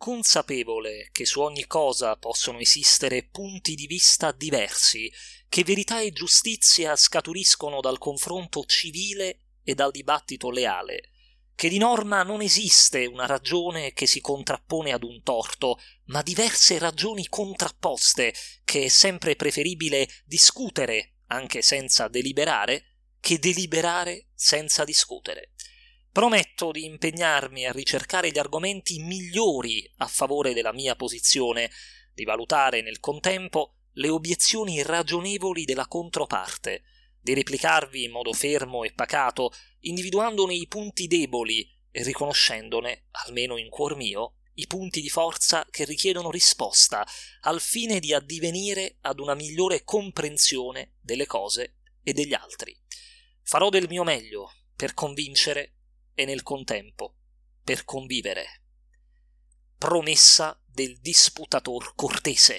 consapevole che su ogni cosa possono esistere punti di vista diversi, che verità e giustizia scaturiscono dal confronto civile e dal dibattito leale, che di norma non esiste una ragione che si contrappone ad un torto, ma diverse ragioni contrapposte, che è sempre preferibile discutere, anche senza deliberare, che deliberare senza discutere. Prometto di impegnarmi a ricercare gli argomenti migliori a favore della mia posizione, di valutare nel contempo le obiezioni ragionevoli della controparte, di replicarvi in modo fermo e pacato, individuandone i punti deboli e riconoscendone, almeno in cuor mio, i punti di forza che richiedono risposta, al fine di addivenire ad una migliore comprensione delle cose e degli altri. Farò del mio meglio per convincere e nel contempo per convivere. Promessa del disputator cortese.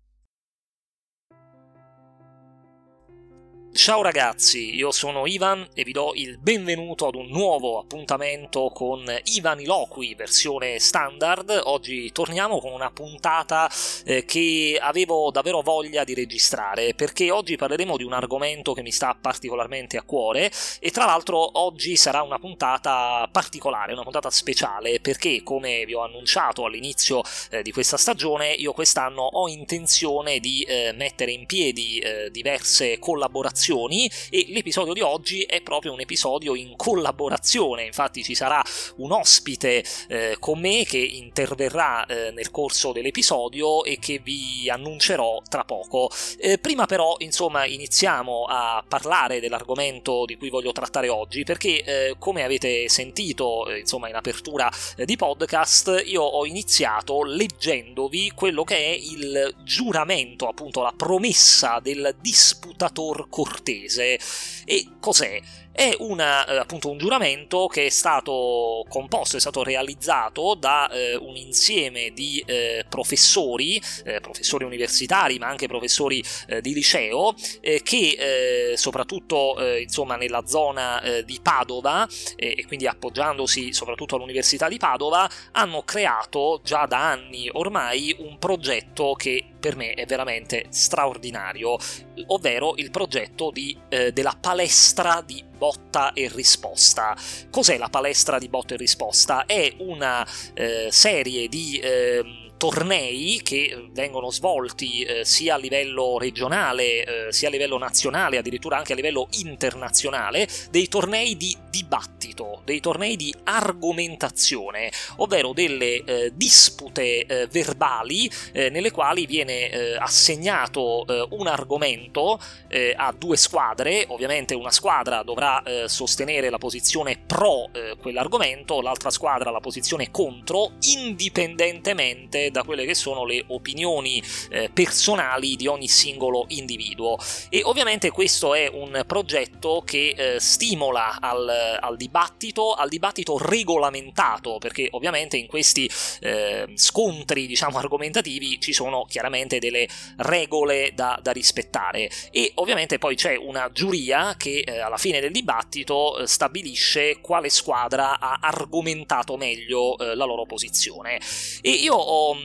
Ciao ragazzi, io sono Ivan e vi do il benvenuto ad un nuovo appuntamento con Ivaniloqui versione standard. Oggi torniamo con una puntata che avevo davvero voglia di registrare, perché oggi parleremo di un argomento che mi sta particolarmente a cuore e tra l'altro oggi sarà una puntata particolare, una puntata speciale, perché come vi ho annunciato all'inizio di questa stagione, io quest'anno ho intenzione di mettere in piedi diverse collaborazioni e l'episodio di oggi è proprio un episodio in collaborazione. Infatti ci sarà un ospite con me che interverrà nel corso dell'episodio e che vi annuncerò tra poco. Prima però iniziamo a parlare dell'argomento di cui voglio trattare oggi, perché come avete sentito in apertura di podcast, io ho iniziato leggendovi quello che è il giuramento, appunto la promessa del disputator cortese. E cos'è? È appunto un giuramento che è stato composto, è stato realizzato da un insieme di professori universitari, ma anche professori di liceo, che soprattutto nella zona di Padova, e quindi appoggiandosi soprattutto all'Università di Padova, hanno creato già da anni ormai un progetto che per me è veramente straordinario, ovvero il progetto della palestra di botta e risposta. Cos'è la palestra di botta e risposta? È una serie di tornei che vengono svolti sia a livello regionale, sia a livello nazionale, addirittura anche a livello internazionale, dei tornei di dibattito, dei tornei di argomentazione, ovvero delle dispute verbali nelle quali viene assegnato un argomento a due squadre. Ovviamente una squadra dovrà sostenere la posizione pro quell'argomento, l'altra squadra la posizione contro, indipendentemente da quelle che sono le opinioni personali di ogni singolo individuo. E ovviamente questo è un progetto che stimola al dibattito regolamentato, perché ovviamente in questi scontri argomentativi ci sono chiaramente delle regole da rispettare, e ovviamente poi c'è una giuria che alla fine del dibattito stabilisce quale squadra ha argomentato meglio la loro posizione. E io ho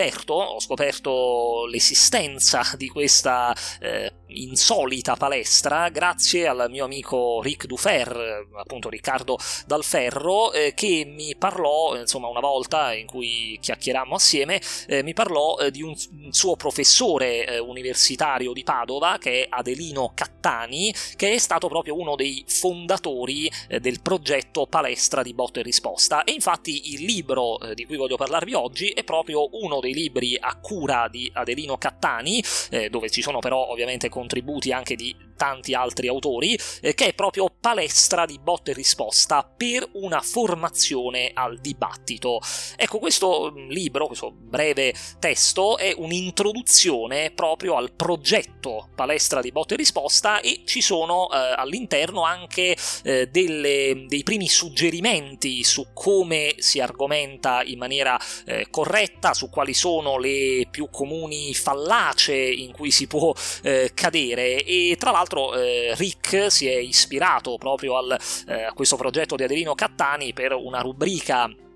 scoperto l'esistenza di questa insolita palestra grazie al mio amico Ric Dufer, appunto Riccardo Dalferro, che mi parlò una volta in cui chiacchierammo assieme, mi parlò di un suo professore universitario di Padova, che è Adelino Cattani, che è stato proprio uno dei fondatori del progetto Palestra di botta e risposta. E infatti il libro di cui voglio parlarvi oggi è proprio uno dei libri a cura di Adelino Cattani, dove ci sono però ovviamente contributi anche di tanti altri autori, che è proprio Palestra di botta e risposta per una formazione al dibattito. Ecco, questo libro, questo breve testo, è un'introduzione proprio al progetto Palestra di botta e risposta, e ci sono all'interno anche dei primi suggerimenti su come si argomenta in maniera corretta, su quali sono le più comuni fallacie in cui si può cadere. E tra l'altro Rick si è ispirato proprio a questo progetto di Adelino Cattani per una rubrica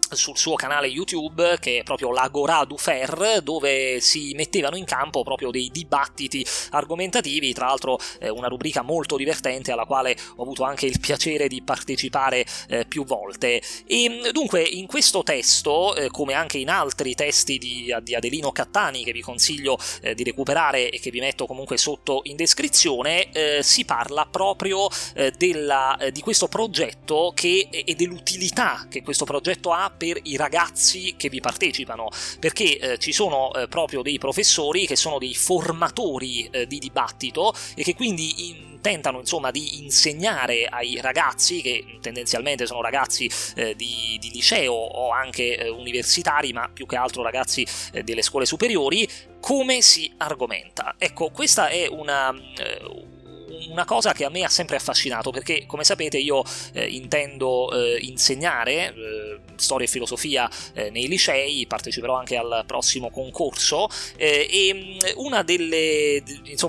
sul suo canale YouTube, che è proprio l'Agora du Fer, dove si mettevano in campo proprio dei dibattiti argomentativi, tra l'altro una rubrica molto divertente alla quale ho avuto anche il piacere di partecipare più volte. E dunque in questo testo, come anche in altri testi di Adelino Cattani, che vi consiglio di recuperare e che vi metto comunque sotto in descrizione, si parla proprio di questo progetto e dell'utilità che questo progetto ha per i ragazzi che vi partecipano, perché ci sono proprio dei professori che sono dei formatori di dibattito e che quindi tentano insomma di insegnare ai ragazzi, che tendenzialmente sono ragazzi di liceo o anche universitari, ma più che altro ragazzi delle scuole superiori, come si argomenta. Ecco, questa è una cosa che a me ha sempre affascinato, perché come sapete io intendo insegnare storia e filosofia nei licei, parteciperò anche al prossimo concorso e una dei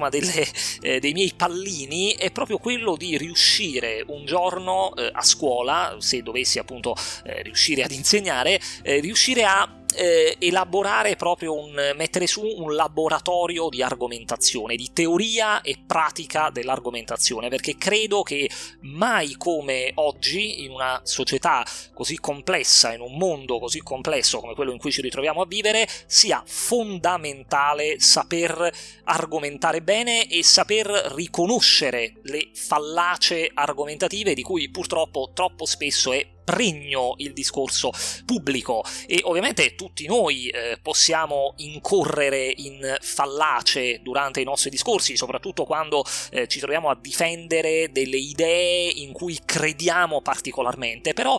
miei pallini è proprio quello di riuscire un giorno a scuola, se dovessi appunto riuscire ad insegnare, riuscire a elaborare proprio mettere su un laboratorio di argomentazione, di teoria e pratica dell'argomentazione, perché credo che mai come oggi, in una società così complessa, in un mondo così complesso come quello in cui ci ritroviamo a vivere, sia fondamentale saper argomentare bene e saper riconoscere le fallacie argomentative di cui purtroppo troppo spesso è pregno il discorso pubblico. E ovviamente tutti noi possiamo incorrere in fallacie durante i nostri discorsi, soprattutto quando ci troviamo a difendere delle idee in cui crediamo particolarmente, però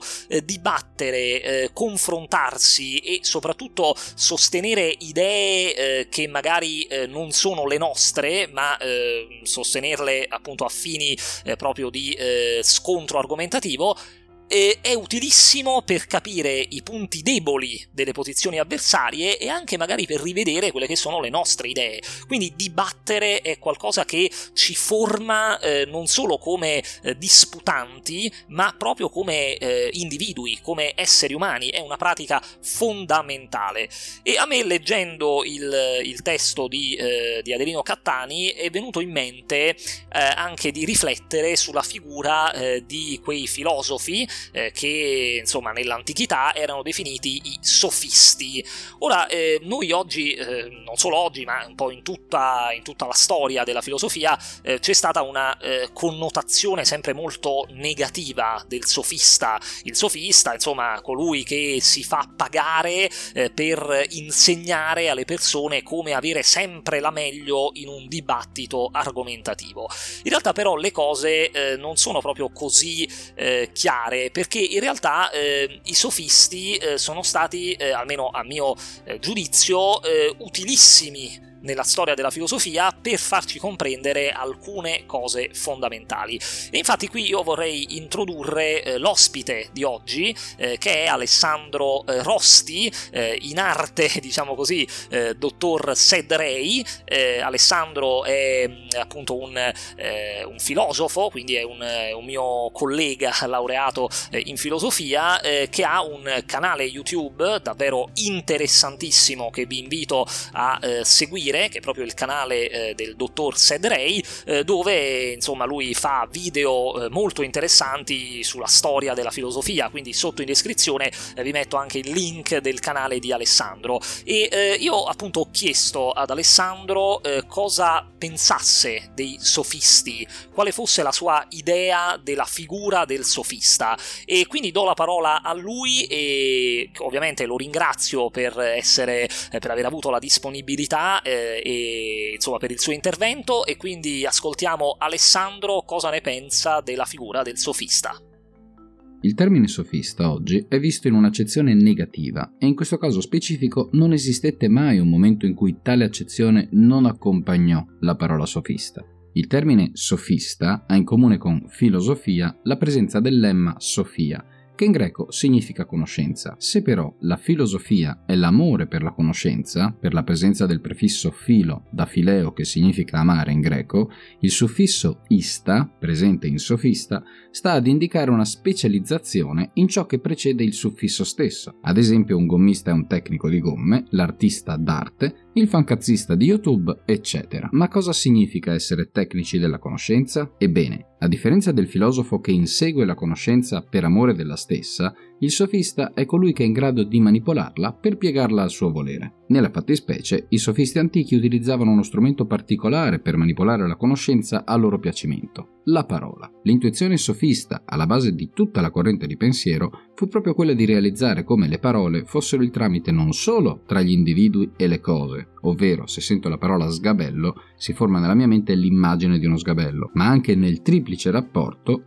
dibattere, confrontarsi e soprattutto sostenere idee che magari non sono le nostre, ma sostenerle appunto a fini proprio di scontro argomentativo, è utilissimo per capire i punti deboli delle posizioni avversarie e anche magari per rivedere quelle che sono le nostre idee. Quindi dibattere è qualcosa che ci forma non solo come disputanti, ma proprio come individui, come esseri umani. È una pratica fondamentale. E a me, leggendo il testo di Adelino Cattani, è venuto in mente anche di riflettere sulla figura di quei filosofi che insomma nell'antichità erano definiti i sofisti. Ora noi oggi, non solo oggi ma un po' in tutta la storia della filosofia, c'è stata una connotazione sempre molto negativa del sofista. Il sofista, insomma, colui che si fa pagare per insegnare alle persone come avere sempre la meglio in un dibattito argomentativo. In realtà però le cose non sono proprio così chiare, perché in realtà i sofisti sono stati, almeno a mio giudizio, utilissimi nella storia della filosofia per farci comprendere alcune cose fondamentali. E infatti qui io vorrei introdurre l'ospite di oggi, che è Alessandro Rosti, in arte diciamo così dottor Sedrei. Alessandro è appunto un filosofo, quindi è un mio collega laureato in filosofia, che ha un canale YouTube davvero interessantissimo che vi invito a seguire, che è proprio il canale del dottor Sedrei, dove insomma lui fa video molto interessanti sulla storia della filosofia. Quindi sotto in descrizione vi metto anche il link del canale di Alessandro. E io appunto ho chiesto ad Alessandro cosa pensasse dei sofisti, quale fosse la sua idea della figura del sofista, e quindi do la parola a lui e ovviamente lo ringrazio per aver avuto la disponibilità e insomma per il suo intervento. E quindi ascoltiamo Alessandro cosa ne pensa della figura del sofista. Il termine sofista oggi è visto in un'accezione negativa e in questo caso specifico non esistette mai un momento in cui tale accezione non accompagnò la parola sofista. Il termine sofista ha in comune con filosofia la presenza del lemma sofia, che in greco significa conoscenza. Se però la filosofia è l'amore per la conoscenza, per la presenza del prefisso philo da phileo che significa amare in greco, il suffisso ista, presente in sofista, sta ad indicare una specializzazione in ciò che precede il suffisso stesso. Ad esempio un gommista è un tecnico di gomme, l'artista d'arte, il fancazzista di YouTube, eccetera. Ma cosa significa essere tecnici della conoscenza? Ebbene, a differenza del filosofo che insegue la conoscenza per amore della stessa, il sofista è colui che è in grado di manipolarla per piegarla al suo volere. Nella fattispecie, i sofisti antichi utilizzavano uno strumento particolare per manipolare la conoscenza a loro piacimento: la parola. L'intuizione sofista, alla base di tutta la corrente di pensiero, fu proprio quella di realizzare come le parole fossero il tramite non solo tra gli individui e le cose, ovvero se sento la parola sgabello si forma nella mia mente l'immagine di uno sgabello, ma anche nel triplice rapporto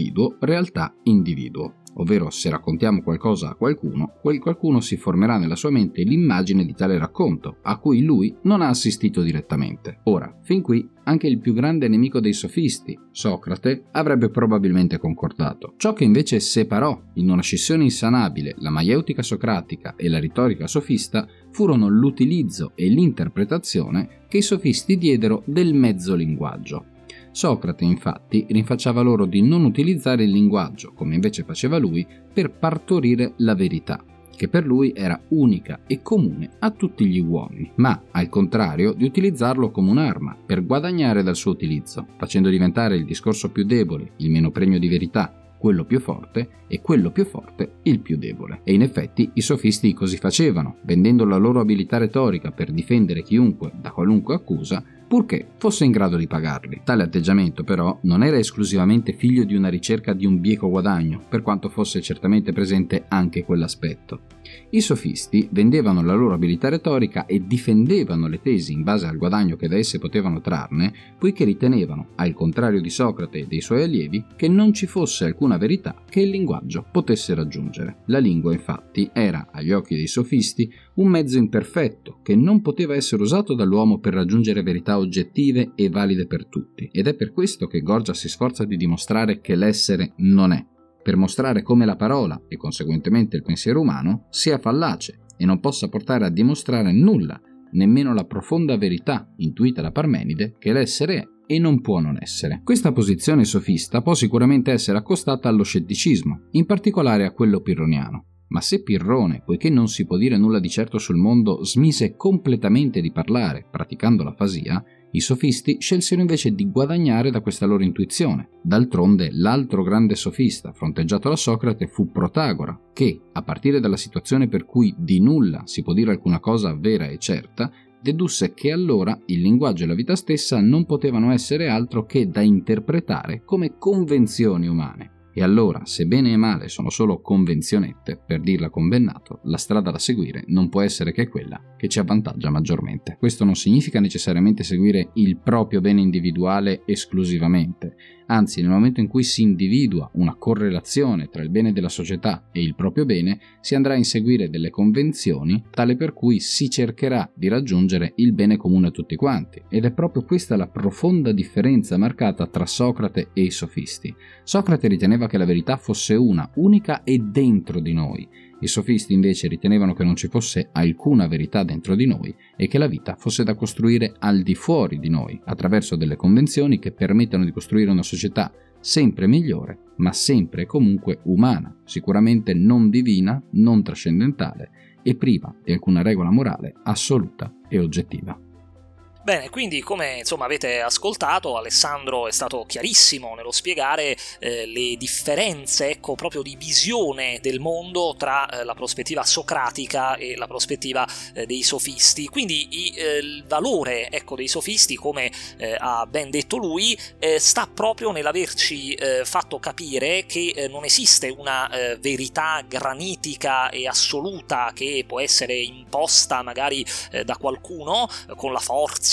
individuo-realtà-individuo. Ovvero se raccontiamo qualcosa a qualcuno, quel qualcuno si formerà nella sua mente l'immagine di tale racconto, a cui lui non ha assistito direttamente. Ora, fin qui, anche il più grande nemico dei sofisti, Socrate, avrebbe probabilmente concordato. Ciò che invece separò in una scissione insanabile la maieutica socratica e la retorica sofista furono l'utilizzo e l'interpretazione che i sofisti diedero del mezzo linguaggio. Socrate, infatti, rinfacciava loro di non utilizzare il linguaggio, come invece faceva lui, per partorire la verità, che per lui era unica e comune a tutti gli uomini, ma, al contrario, di utilizzarlo come un'arma, per guadagnare dal suo utilizzo, facendo diventare il discorso più debole, il meno pregno di verità, quello più forte, e quello più forte il più debole. E in effetti i sofisti così facevano, vendendo la loro abilità retorica per difendere chiunque da qualunque accusa, purché fosse in grado di pagarli. Tale atteggiamento però non era esclusivamente figlio di una ricerca di un bieco guadagno, per quanto fosse certamente presente anche quell'aspetto. I sofisti vendevano la loro abilità retorica e difendevano le tesi in base al guadagno che da esse potevano trarne, poiché ritenevano, al contrario di Socrate e dei suoi allievi, che non ci fosse alcuna verità che il linguaggio potesse raggiungere. La lingua, infatti, era, agli occhi dei sofisti, un mezzo imperfetto che non poteva essere usato dall'uomo per raggiungere verità oggettive e valide per tutti, ed è per questo che Gorgias si sforza di dimostrare che l'essere non è, per mostrare come la parola, e conseguentemente il pensiero umano, sia fallace e non possa portare a dimostrare nulla, nemmeno la profonda verità intuita da Parmenide che l'essere è e non può non essere. Questa posizione sofista può sicuramente essere accostata allo scetticismo, in particolare a quello pirroniano. Ma se Pirrone, poiché non si può dire nulla di certo sul mondo, smise completamente di parlare, praticando l'afasia, i sofisti scelsero invece di guadagnare da questa loro intuizione. D'altronde, l'altro grande sofista, fronteggiato da Socrate, fu Protagora, che, a partire dalla situazione per cui di nulla si può dire alcuna cosa vera e certa, dedusse che allora il linguaggio e la vita stessa non potevano essere altro che da interpretare come convenzioni umane. E allora, se bene e male sono solo convenzionette, per dirla con Bennato, la strada da seguire non può essere che quella che ci avvantaggia maggiormente. Questo non significa necessariamente seguire il proprio bene individuale esclusivamente, anzi nel momento in cui si individua una correlazione tra il bene della società e il proprio bene, si andrà a inseguire delle convenzioni tale per cui si cercherà di raggiungere il bene comune a tutti quanti. Ed è proprio questa la profonda differenza marcata tra Socrate e i sofisti. Socrate riteneva che la verità fosse una, unica e dentro di noi. I sofisti invece ritenevano che non ci fosse alcuna verità dentro di noi e che la vita fosse da costruire al di fuori di noi, attraverso delle convenzioni che permettano di costruire una società sempre migliore, ma sempre e comunque umana, sicuramente non divina, non trascendentale e priva di alcuna regola morale assoluta e oggettiva. Bene, quindi come avete ascoltato, Alessandro è stato chiarissimo nello spiegare le differenze, proprio di visione del mondo tra la prospettiva socratica e la prospettiva dei sofisti. Quindi il valore dei sofisti, come ha ben detto lui, sta proprio nell'averci fatto capire che non esiste una verità granitica e assoluta che può essere imposta magari da qualcuno con la forza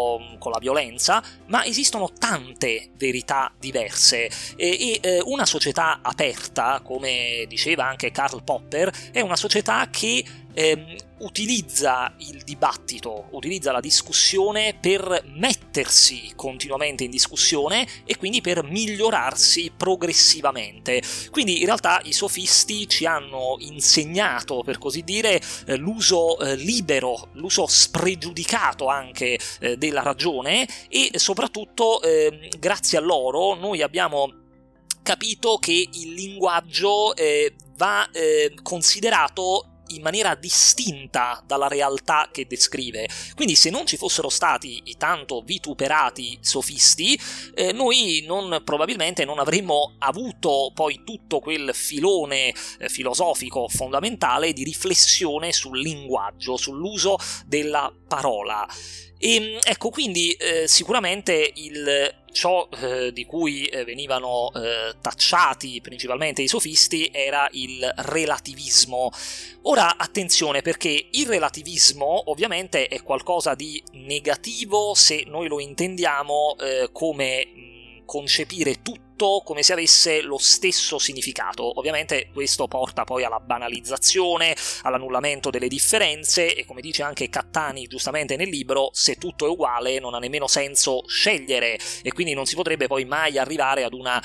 o con la violenza, ma esistono tante verità diverse e una società aperta, come diceva anche Karl Popper, è una società che utilizza il dibattito, utilizza la discussione per mettersi continuamente in discussione e quindi per migliorarsi progressivamente. Quindi in realtà i sofisti ci hanno insegnato, per così dire, l'uso libero, l'uso spregiudicato anche della ragione, e soprattutto grazie a loro noi abbiamo capito che il linguaggio va considerato in maniera distinta dalla realtà che descrive. Quindi se non ci fossero stati i tanto vituperati sofisti, noi probabilmente non avremmo avuto poi tutto quel filone filosofico fondamentale di riflessione sul linguaggio, sull'uso della parola. E ecco, quindi sicuramente ciò di cui venivano tacciati principalmente i sofisti era il relativismo. Ora attenzione, perché il relativismo ovviamente è qualcosa di negativo se noi lo intendiamo come concepire tutto come se avesse lo stesso significato. Ovviamente questo porta poi alla banalizzazione, all'annullamento delle differenze, e come dice anche Cattani giustamente nel libro, se tutto è uguale non ha nemmeno senso scegliere, e quindi non si potrebbe poi mai arrivare ad una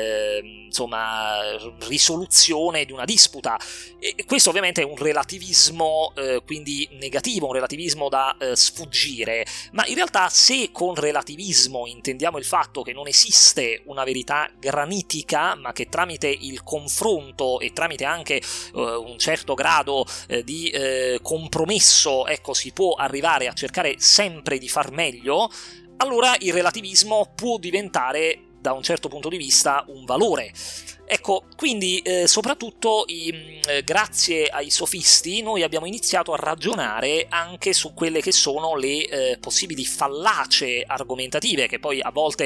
risoluzione di una disputa. E questo ovviamente è un relativismo quindi negativo, un relativismo da sfuggire. Ma in realtà, se con relativismo intendiamo il fatto che non esiste una verità granitica, ma che tramite il confronto e tramite anche un certo grado di compromesso, ecco, si può arrivare a cercare sempre di far meglio, allora il relativismo può diventare, da un certo punto di vista, un valore. Ecco, quindi soprattutto grazie ai sofisti noi abbiamo iniziato a ragionare anche su quelle che sono le possibili fallacie argomentative, che poi a volte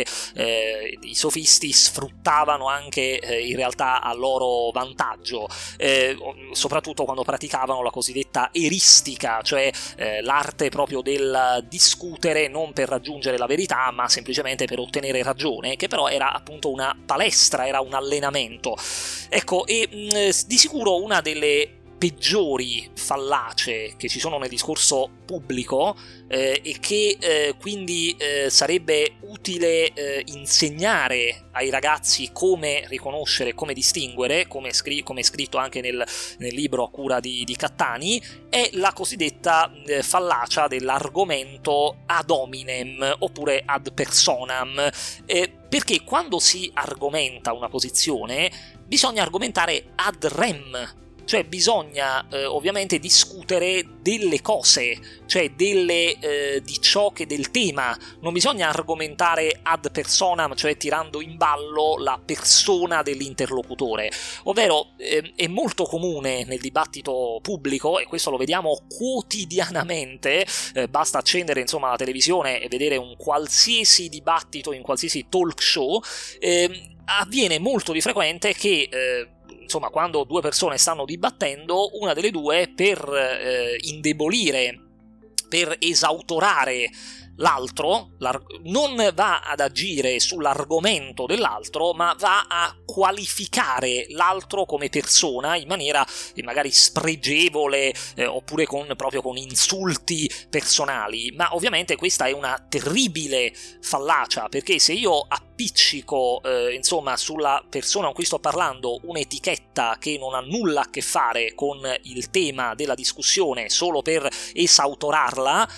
i sofisti sfruttavano anche in realtà a loro vantaggio, soprattutto quando praticavano la cosiddetta eristica, cioè l'arte proprio del discutere non per raggiungere la verità, ma semplicemente per ottenere ragione, che però era appunto una palestra, era un allenamento. Ecco, e di sicuro una delle peggiori fallacie che ci sono nel discorso pubblico e che quindi sarebbe utile insegnare ai ragazzi come riconoscere, come distinguere, come è scritto anche nel libro a cura di Cattani, è la cosiddetta fallacia dell'argomento ad hominem oppure ad personam, perché quando si argomenta una posizione bisogna argomentare ad rem, cioè bisogna ovviamente discutere delle cose, cioè di ciò che del tema. Non bisogna argomentare ad personam, cioè tirando in ballo la persona dell'interlocutore. Ovvero è molto comune nel dibattito pubblico, e questo lo vediamo quotidianamente, basta accendere insomma la televisione e vedere un qualsiasi dibattito in qualsiasi talk show, avviene molto di frequente che insomma, quando due persone stanno dibattendo, una delle due, per indebolire, per esautorare l'altro, non va ad agire sull'argomento dell'altro, ma va a qualificare l'altro come persona in maniera magari spregevole, oppure proprio con insulti personali. Ma ovviamente questa è una terribile fallacia, perché se io appiccico insomma sulla persona con cui sto parlando un'etichetta che non ha nulla a che fare con il tema della discussione solo per esautorarla,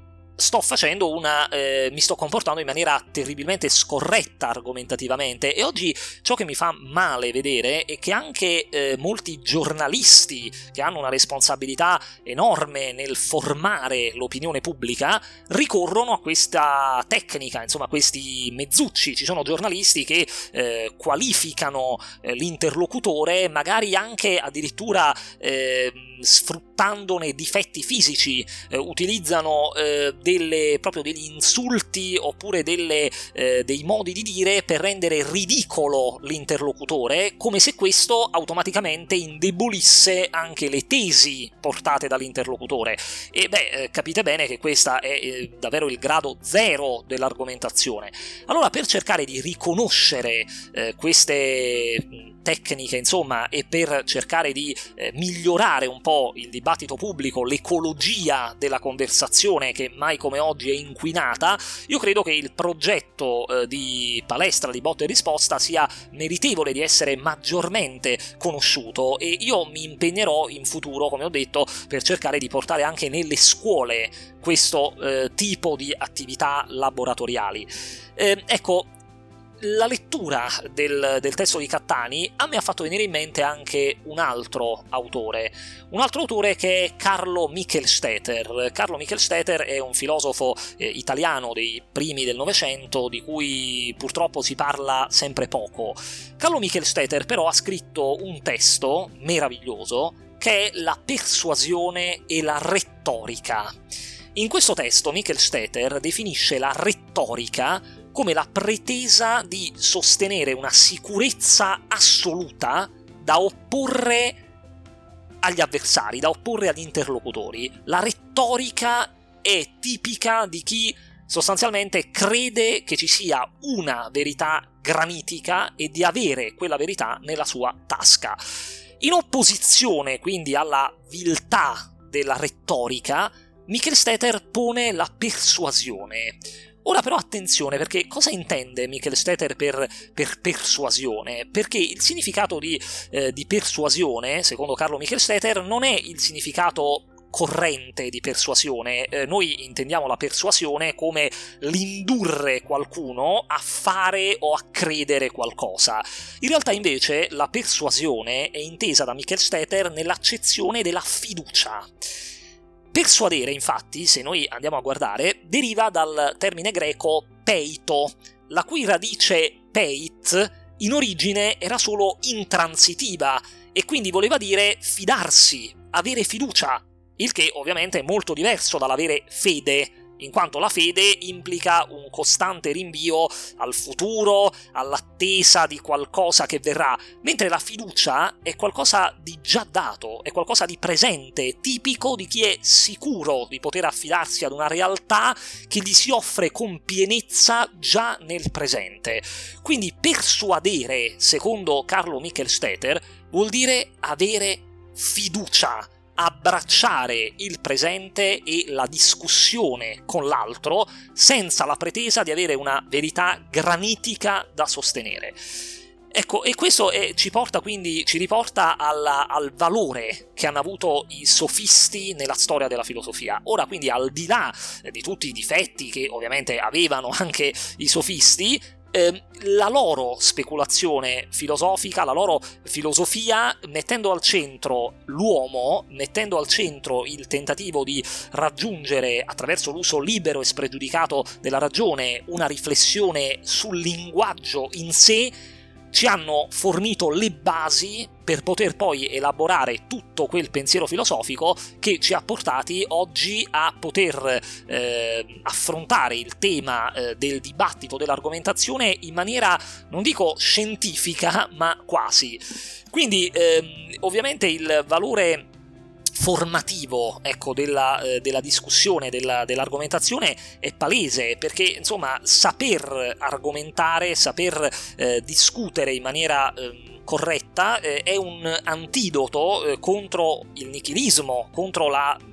mi sto comportando in maniera terribilmente scorretta argomentativamente. E oggi ciò che mi fa male vedere è che anche molti giornalisti, che hanno una responsabilità enorme nel formare l'opinione pubblica, ricorrono a questa tecnica, insomma, questi mezzucci. Ci sono giornalisti che qualificano l'interlocutore, magari anche addirittura sfruttandone difetti fisici, utilizzano proprio degli insulti oppure dei modi di dire per rendere ridicolo l'interlocutore, come se questo automaticamente indebolisse anche le tesi portate dall'interlocutore. E capite bene che questa è davvero il grado zero dell'argomentazione. Allora, per cercare di riconoscere queste tecniche, insomma, e per cercare di migliorare un po' il dibattito pubblico, l'ecologia della conversazione che mai come oggi è inquinata, io credo che il progetto di palestra di botta e risposta sia meritevole di essere maggiormente conosciuto, e io mi impegnerò in futuro, come ho detto, per cercare di portare anche nelle scuole questo tipo di attività laboratoriali. Ecco, la lettura del testo di Cattani a me ha fatto venire in mente anche un altro autore che è Carlo Michelstetter. Carlo Michelstetter è un filosofo italiano dei primi del Novecento, di cui purtroppo si parla sempre poco. Carlo Michelstetter però ha scritto un testo meraviglioso che è La persuasione e la retorica. In questo testo Michelstetter definisce la retorica come la pretesa di sostenere una sicurezza assoluta da opporre agli avversari, da opporre agli interlocutori. La retorica è tipica di chi sostanzialmente crede che ci sia una verità granitica e di avere quella verità nella sua tasca. In opposizione quindi alla viltà della retorica, Michelstetter pone la persuasione. Ora però attenzione, perché cosa intende Michelstetter per persuasione? Perché il significato di persuasione, secondo Carlo Michelstetter, non è il significato corrente di persuasione. Noi intendiamo la persuasione come l'indurre qualcuno a fare o a credere qualcosa. In realtà invece la persuasione è intesa da Michelstetter nell'accezione della fiducia. Persuadere, infatti, se noi andiamo a guardare, deriva dal termine greco peito, la cui radice peit in origine era solo intransitiva e quindi voleva dire fidarsi, avere fiducia, il che ovviamente è molto diverso dall'avere fede, in quanto la fede implica un costante rinvio al futuro, all'attesa di qualcosa che verrà, mentre la fiducia è qualcosa di già dato, è qualcosa di presente, tipico di chi è sicuro di poter affidarsi ad una realtà che gli si offre con pienezza già nel presente. Quindi persuadere, secondo Carlo Michelstetter, vuol dire avere fiducia, abbracciare il presente e la discussione con l'altro senza la pretesa di avere una verità granitica da sostenere. Ecco, e questo ci riporta al valore che hanno avuto i sofisti nella storia della filosofia. Ora, quindi, al di là di tutti i difetti che ovviamente avevano anche i sofisti, la loro speculazione filosofica, la loro filosofia, mettendo al centro l'uomo, mettendo al centro il tentativo di raggiungere, attraverso l'uso libero e spregiudicato della ragione, una riflessione sul linguaggio in sé, ci hanno fornito le basi per poter poi elaborare tutto quel pensiero filosofico che ci ha portati oggi a poter affrontare il tema del dibattito, dell'argomentazione in maniera, non dico scientifica, ma quasi. Quindi ovviamente il valore formativo, ecco, della discussione, dell'argomentazione è palese, perché insomma saper argomentare, saper discutere in maniera corretta è un antidoto contro il nichilismo, contro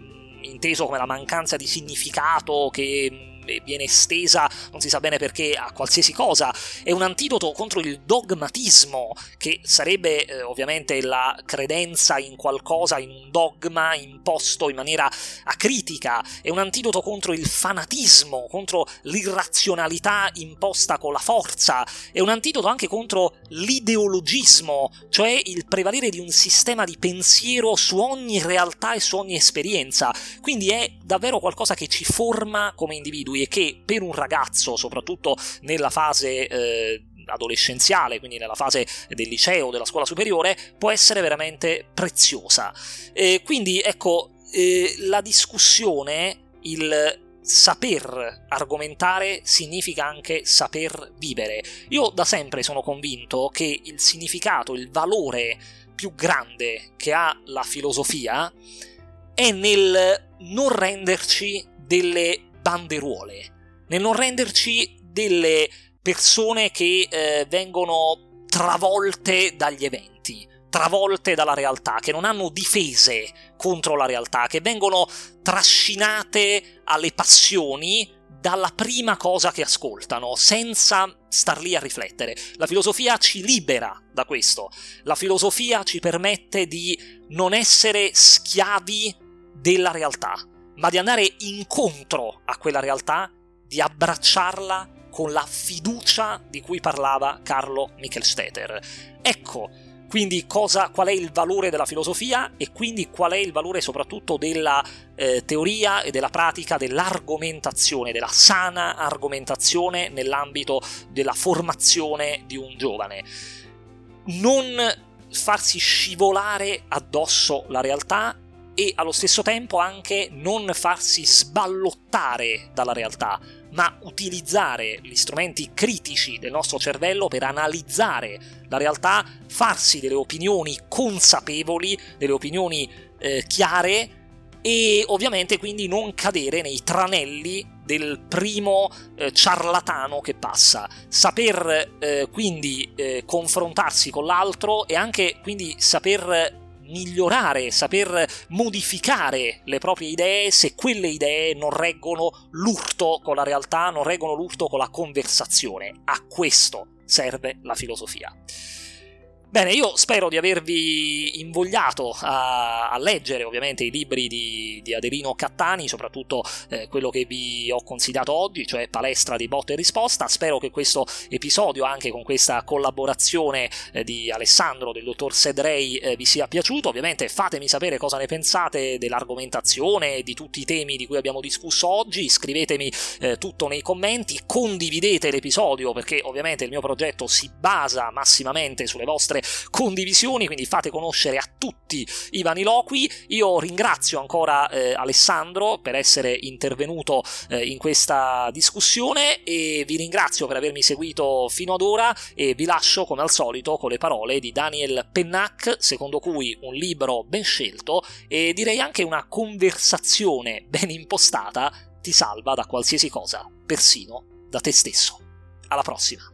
inteso come la mancanza di significato che viene estesa, non si sa bene perché, a qualsiasi cosa. È un antidoto contro il dogmatismo, che sarebbe ovviamente la credenza in qualcosa, in un dogma imposto in maniera acritica. È un antidoto contro il fanatismo, contro l'irrazionalità imposta con la forza. È un antidoto anche contro l'ideologismo, cioè il prevalere di un sistema di pensiero su ogni realtà e su ogni esperienza. Quindi è davvero qualcosa che ci forma come individui e che per un ragazzo, soprattutto nella fase adolescenziale, quindi nella fase del liceo, della scuola superiore, può essere veramente preziosa. Quindi ecco, la discussione, il saper argomentare significa anche saper vivere. Io da sempre sono convinto che il significato, il valore più grande che ha la filosofia è nel non renderci delle banderuole, nel non renderci delle persone che vengono travolte dagli eventi, travolte dalla realtà, che non hanno difese contro la realtà, che vengono trascinate alle passioni dalla prima cosa che ascoltano, senza star lì a riflettere. La filosofia ci libera da questo. La filosofia ci permette di non essere schiavi della realtà, ma di andare incontro a quella realtà, di abbracciarla con la fiducia di cui parlava Carlo Michelstetter. Ecco, quindi qual è il valore della filosofia e quindi qual è il valore soprattutto della teoria e della pratica dell'argomentazione, della sana argomentazione nell'ambito della formazione di un giovane. Non farsi scivolare addosso la realtà e allo stesso tempo anche non farsi sballottare dalla realtà, ma utilizzare gli strumenti critici del nostro cervello per analizzare la realtà, farsi delle opinioni consapevoli, delle opinioni chiare e ovviamente quindi non cadere nei tranelli del primo ciarlatano che passa. Saper quindi confrontarsi con l'altro e anche quindi saper migliorare, saper modificare le proprie idee se quelle idee non reggono l'urto con la realtà, non reggono l'urto con la conversazione. A questo serve la filosofia. Bene, io spero di avervi invogliato a leggere ovviamente i libri di Adelino Cattani, soprattutto quello che vi ho consigliato oggi, cioè Palestra di botta e risposta. Spero che questo episodio, anche con questa collaborazione di Alessandro, del dottor Sedrei, vi sia piaciuto. Ovviamente fatemi sapere cosa ne pensate dell'argomentazione e di tutti i temi di cui abbiamo discusso oggi, scrivetemi tutto nei commenti, condividete l'episodio perché ovviamente il mio progetto si basa massimamente sulle vostre condivisioni, quindi fate conoscere a tutti i vaniloqui. Io ringrazio ancora Alessandro per essere intervenuto in questa discussione e vi ringrazio per avermi seguito fino ad ora e vi lascio come al solito con le parole di Daniel Pennac, secondo cui un libro ben scelto e direi anche una conversazione ben impostata ti salva da qualsiasi cosa, persino da te stesso. Alla prossima!